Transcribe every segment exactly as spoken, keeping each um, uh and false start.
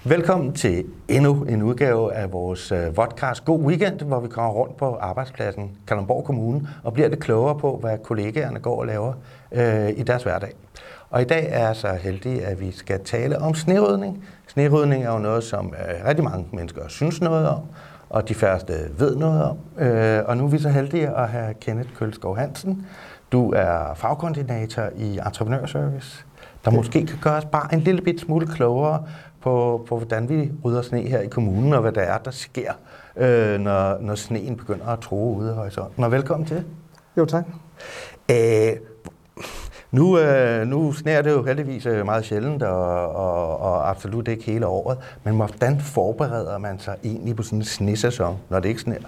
Velkommen til endnu en udgave af vores vodcast God Weekend, hvor vi kommer rundt på arbejdspladsen Kalundborg Kommune og bliver lidt klogere på, hvad kollegaerne går og laver øh, i deres hverdag. Og i dag er jeg så heldig, at vi skal tale om snerydning. Snerydning er jo noget, som øh, rigtig mange mennesker synes noget om, og de færreste ved noget om. Øh, og nu er vi så heldige at have Kenneth Kølskov Hansen. Du er fagkoordinator i Entreprenørservice, der måske kan gøre os bare en lille bit smule klogere på, på hvordan vi rydder sne her i kommunen, og hvad der er, der sker, øh, når, når sneen begynder at true ude i horisonten. Og velkommen til. Jo, tak. Æh, nu, øh, nu sneer det jo heldigvis meget sjældent, og, og, og absolut ikke hele året. Men hvordan forbereder man sig egentlig på sådan en snesæson, når det ikke sneer?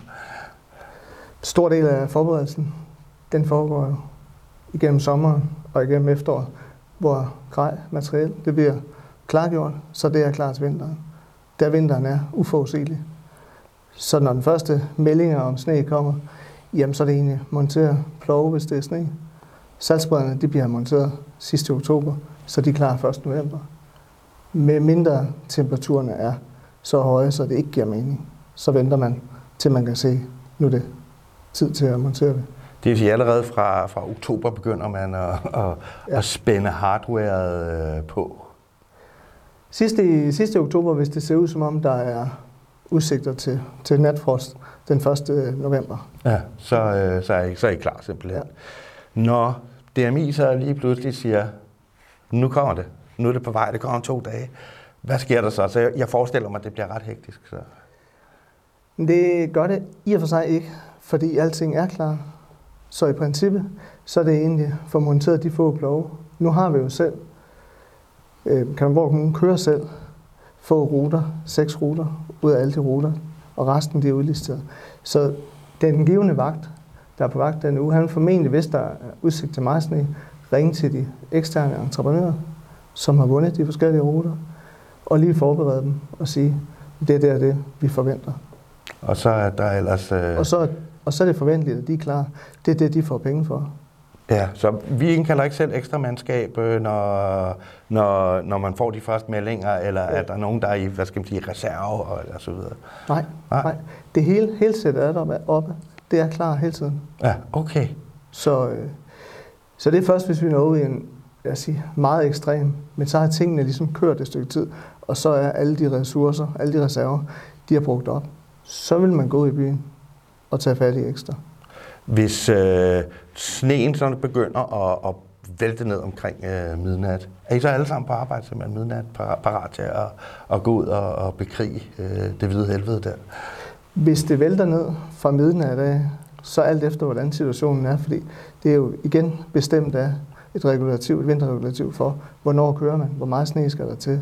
Stor del af forberedelsen, den foregår jo igennem sommeren og igennem efteråret, hvor grej materiel, det bliver klargjort, så det er klar til vinteren. Der vinteren er uforudsigelig. Så når den første meldinger om sne kommer, jamen så er det egentlig monteret plove, hvis det er sne. Salgsbrederne, de bliver monteret sidste oktober, så de er klar første november. Med mindre temperaturerne er så høje, så det ikke giver mening, så venter man, til man kan se, nu er det tid til at montere det. Det vil sige, allerede fra, fra oktober begynder man at, at, ja. at spænde hardwaret på. Sidste, sidste oktober, hvis det ser ud som om, der er udsigter til, til natfrost den første november. Ja, så, øh, så, er I, så er I klar simpelthen. Ja. Når D M I så lige pludselig siger, nu kommer det, nu er det på vej, det kommer om to dage. Hvad sker der så? Så jeg, jeg forestiller mig, at det bliver ret hektisk. Så. Det gør det i og for sig ikke, fordi alting er klar. Så i princippet, så er det egentlig for monteret de få plove. Nu har vi jo selv, øh, Kalundborg Kommune kører selv få ruter, seks ruter ud af alle de ruter, og resten de er udlisteret. Så den givende vagt, der er på vagt denne uge, han formentlig, hvis der er udsigt til meget sne, ringe til de eksterne entreprenører, som har vundet de forskellige ruter, og lige forberede dem og sige, det er det, det vi forventer. Og så er der ellers... Øh... Og så Og så er det forventeligt, at de er klar. Det er det, de får penge for. Ja, så vi indkalder ikke selv ekstra mandskab, når, når, når man får de første meldinger, eller ja. Er der nogen, der er i, hvad skal man sige, reserve, og eller så videre? Nej, nej. nej. Det hele, hele sættet er deroppe oppe. Det er klar hele tiden. Ja, okay. Så, øh, så det er først, hvis vi når ud i en, lad os sige, meget ekstrem, men så har tingene ligesom kørt et stykke tid, og så er alle de ressourcer, alle de reserver, de er brugt op. Så vil man gå i byen og tage fat i ekstra. Hvis øh, sneen sådan begynder at, at vælte ned omkring øh, midnat, er I så alle sammen på arbejde simpelthen midnat, parat til at, at gå ud og, og bekrige øh, det hvide helvede der? Hvis det vælter ned fra midnat af, så alt efter hvordan situationen er, fordi det er jo igen bestemt af et regulativ, et vinterregulativ for, hvornår kører man, hvor meget sne skal der til.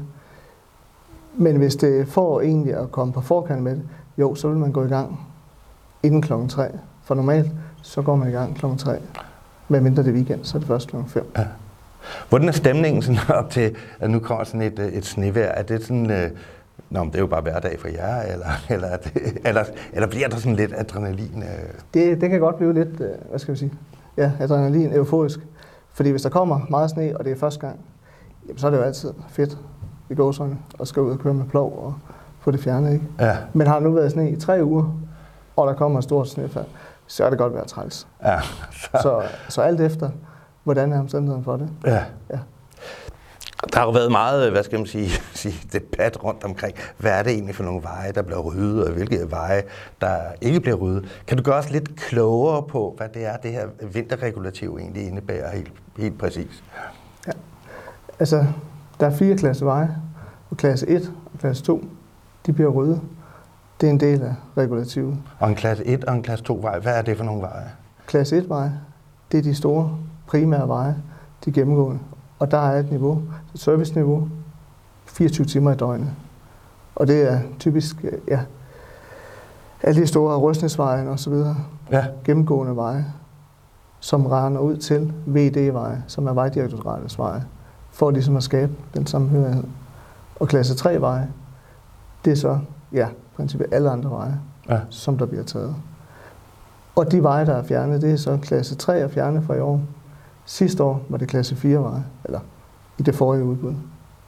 Men hvis det får egentlig at komme på forkant med det, jo, så vil man gå i gang inden klokken tre. For normalt, så går man i gang klokken tre. Med mindre det weekend, så er det først klokken fem. Ja. Hvordan er stemningen sådan op til, at nu kommer sådan et, et snevejr? Er det sådan, øh, nå, det er jo bare hverdag for jer, eller, eller, er det, eller, eller bliver der sådan lidt adrenalin? Øh? Det, det kan godt blive lidt, øh, hvad skal vi sige, ja, adrenalin, euforisk. Fordi hvis der kommer meget sne, og det er første gang, jamen, så er det jo altid fedt i gåsøjne at skal ud og køre med plov og få det fjernet, ikke? Ja. Men har nu været sne i tre uger, og der kommer et stort snefald, så er det godt være træls. Ja, så. Så, så alt efter, hvordan er omstændigheden for det? Ja. Ja. Der har jo været meget, hvad skal man sige, sige, debat rundt omkring, hvad er det egentlig for nogle veje, der bliver ryddet, og hvilke veje, der ikke bliver ryddet. Kan du gøre os lidt klogere på, hvad det er, det her vinterregulativ egentlig indebærer helt, helt præcis? Ja, altså, der er fire klasse veje, og klasse et og klasse to, de bliver ryddet. Det er en del af regulativet. Og en klasse et og en klasse to vej, hvad er det for nogle veje? Klasse et veje, det er de store primære veje, de gennemgående. Og der er et niveau, et serviceniveau, fireogtyve timer i døgnet. Og det er typisk, ja, alle de store Røsnæsvejen og så videre, ja. Gennemgående veje, som render ud til V D-veje, som er Vejdirektoratets veje, for ligesom at skabe den sammenhørighed. Og klasse tre veje, det er så, ja, i princippet alle andre veje, ja. Som der bliver taget. Og de veje, der er fjernet, det er så klasse tre og fjernet fra i år. Sidste år var det klasse fire veje, eller i det forrige udbud.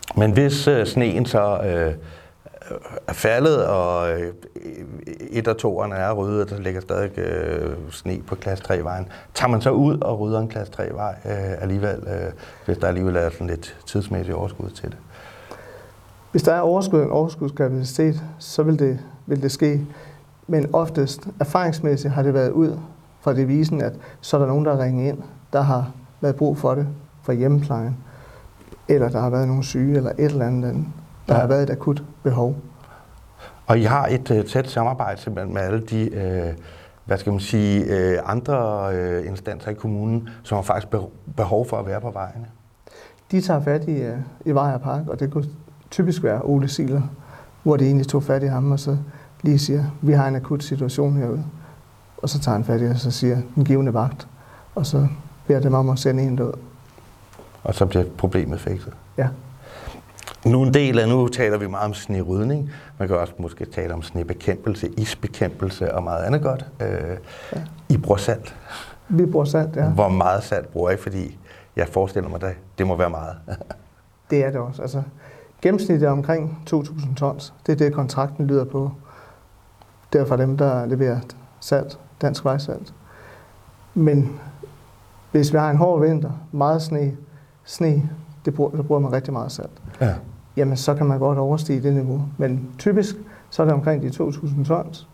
Men hvis øh, sneen så øh, er faldet, og øh, et og toerne er ryddet, der ligger stadig øh, sne på klasse tre-vejen, tager man så ud og rydder en klasse tre-vej øh, alligevel, øh, hvis der alligevel er sådan lidt tidsmæssigt overskud til det? Hvis der er overskud en overskudskapacitet, så vil det, vil det ske. Men oftest, erfaringsmæssigt, har det været ud fra devisen, at så er der nogen, der ringer ind, der har været brug for det fra hjemmeplejen, eller der har været nogen syge, eller et eller andet, der ja. har været et akut behov. Og I har et uh, tæt samarbejde simpelthen med alle de, uh, hvad skal man sige, uh, andre uh, instanser i kommunen, som har faktisk behov for at være på vejene? De tager fat i, uh, i Vejr Park, og det kunne typisk være Ole Siler, hvor de egentlig tog fat i ham, og så lige siger, vi har en akut situation herude. Og så tager han fat i og så siger, den givende vagt, og så beder dem om at sende en død. Og så bliver problemet fikset? Ja. Nu en del af, nu taler vi meget om snerydning. Man kan også måske tale om snebekæmpelse, isbekæmpelse og meget andet godt. Øh, ja. I bruger salt. Vi bruger salt, ja. Hvor meget salt bruger I? Fordi jeg forestiller mig, at det må være meget. Det er det også. Altså, gennemsnittet er omkring to tusind tons. Det er det, kontrakten lyder på. Det er for dem, der leverer salt, dansk vejsalt. Men hvis vi har en hård vinter, meget sne, sne det bruger, der bruger man rigtig meget salt. Ja. Jamen, så kan man godt overstige det niveau. Men typisk, så er det omkring de to tusind tons.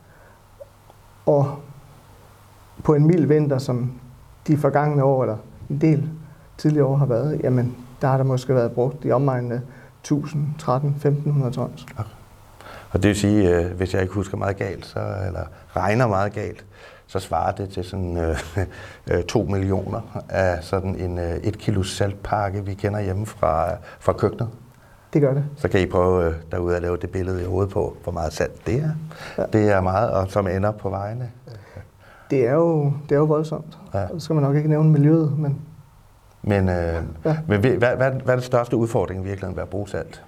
Og på en mild vinter, som de forgangne år, eller en del tidligere år har været, jamen, der har der måske været brugt i omegnen af tusind, tretten, femten hundrede tons. Okay. Og det vil sige, øh, hvis jeg ikke husker meget galt, så, eller regner meget galt, så svarer det til sådan øh, to millioner af sådan en øh, et kilo saltpakke, vi kender hjemme fra, fra køkkenet. Det gør det. Så kan I prøve øh, derude at lave det billede i hovedet på, hvor meget salt det er. Ja. Det er meget, og som ender på vejene. Det er jo, det er jo voldsomt. Ja. Så skal man nok ikke nævne miljøet, men... Men, øh, ja. men hvad, hvad, hvad er det største udfordring i virkeligheden ved at bruge salt?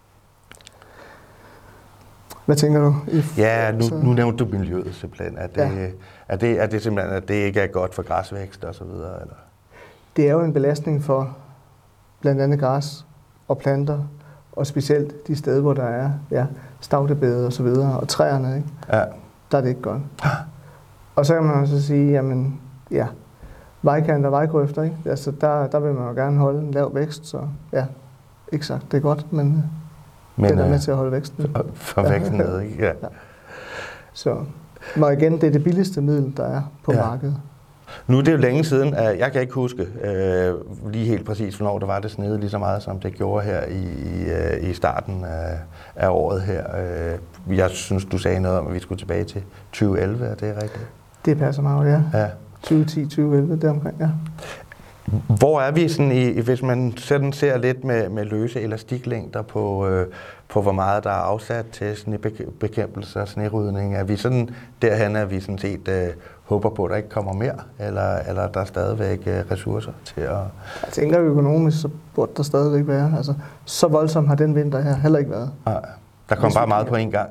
Hvad tænker du? Ja, nu, nu nævnte du miljøet simpelthen. Er det, ja. er, det, er det simpelthen, at det ikke er godt for græsvækst og så videre? Eller? Det er jo en belastning for blandt andet græs og planter, og specielt de steder, hvor der er ja, stavtebede og så videre, og træerne, ikke? Ja. Der er det ikke godt. Og så kan man også sige, jamen, ja, vejkanter og vejgrøfter, ikke? Altså, der, der vil man jo gerne holde en lav vækst, så ja, ikke sagt, det er godt, men... Men, den er med til at holde væksten. For, for væksten ned, ikke? Ja. Ja. Så, og igen, det er det billigste middel, der er på ja. markedet. Nu er det jo længe siden, at jeg kan ikke huske øh, lige helt præcis, hvornår der var det snede lige så meget, som det gjorde her i, i, i starten af, af året her. Jeg synes, du sagde noget om, at vi skulle tilbage til tyve elleve, er det rigtigt? Det passer meget, ja. ja. tyve ti til tyve elleve, deromkring, ja. Hvor er vi, sådan i, hvis man sådan ser lidt med, med løse elastiklængder på, øh, på, hvor meget der er afsat til snebekæmpelse og snerydning? Er vi sådan derhen, at vi sådan set øh, håber på, at der ikke kommer mere, eller, eller er der stadigvæk øh, ressourcer til at... Jeg tænker økonomisk, så burde der stadigvæk være. Altså, så voldsomt har den vinter her heller ikke været. Nej, der kom bare meget på en gang.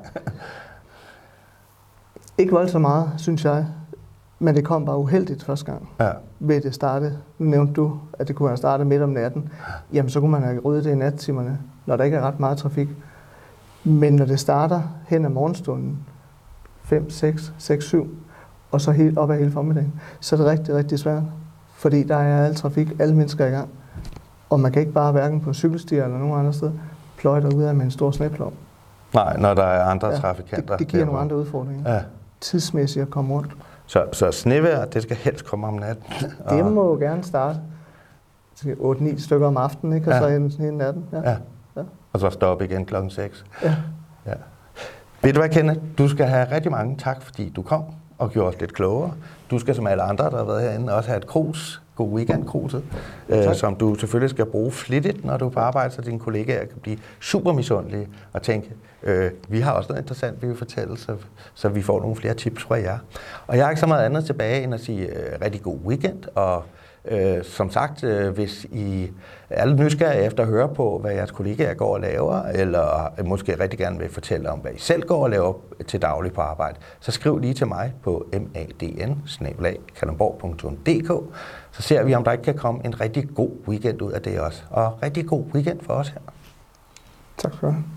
Ikke voldsomt meget, synes jeg. Men det kom bare uheldigt første gang. Ja. Ved det starte. Nu nævnte du, at det kunne have startet midt om natten. Jamen, så kunne man have ryddet det i nattimerne, når der ikke er ret meget trafik. Men når det starter hen ad morgenstunden, fem, seks, seks, syv, og så helt op ad hele formiddagen, så er det rigtig, rigtig svært. Fordi der er al trafik, alle mennesker er i gang. Og man kan ikke bare hverken på cykelstier eller nogen andre steder pløje derude af med en stor sneplov. Nej, når der er andre ja, trafikanter. Det, det giver nogle andre udfordringer. Ja. Tidsmæssigt at komme rundt. Så, så snevejr, det skal helst komme om natten? Det må jo gerne starte otte ni stykker om aftenen, ikke? Og ja. så hele, hele natten. Ja. Ja. Ja. Og så stoppe igen klokken seks. Ja. Ja. Ved du hvad, Kenneth? Du skal have rigtig mange tak, fordi du kom og gjorde os lidt klogere. Du skal som alle andre, der har været herinde, også have et krus. God weekend, kruset, øh, som du selvfølgelig skal bruge flittigt, når du er på arbejde, så dine kollegaer kan blive super misundelige og tænke, øh, vi har også noget interessant, vi vil fortælle, så, så vi får nogle flere tips fra jer. Og jeg har ikke så meget andet tilbage, end at sige øh, rigtig god weekend, og øh, som sagt, øh, hvis I er lidt nysgerrige efter at høre på, hvad jeres kollegaer går og laver, eller måske rigtig gerne vil fortælle om, hvad I selv går og laver til daglig på arbejde, så skriv lige til mig på madn bindestreg kalundborg punktum d k. Så ser vi, om der ikke kan komme en rigtig god weekend ud af det også. Og rigtig god weekend for os her. Tak skal du have.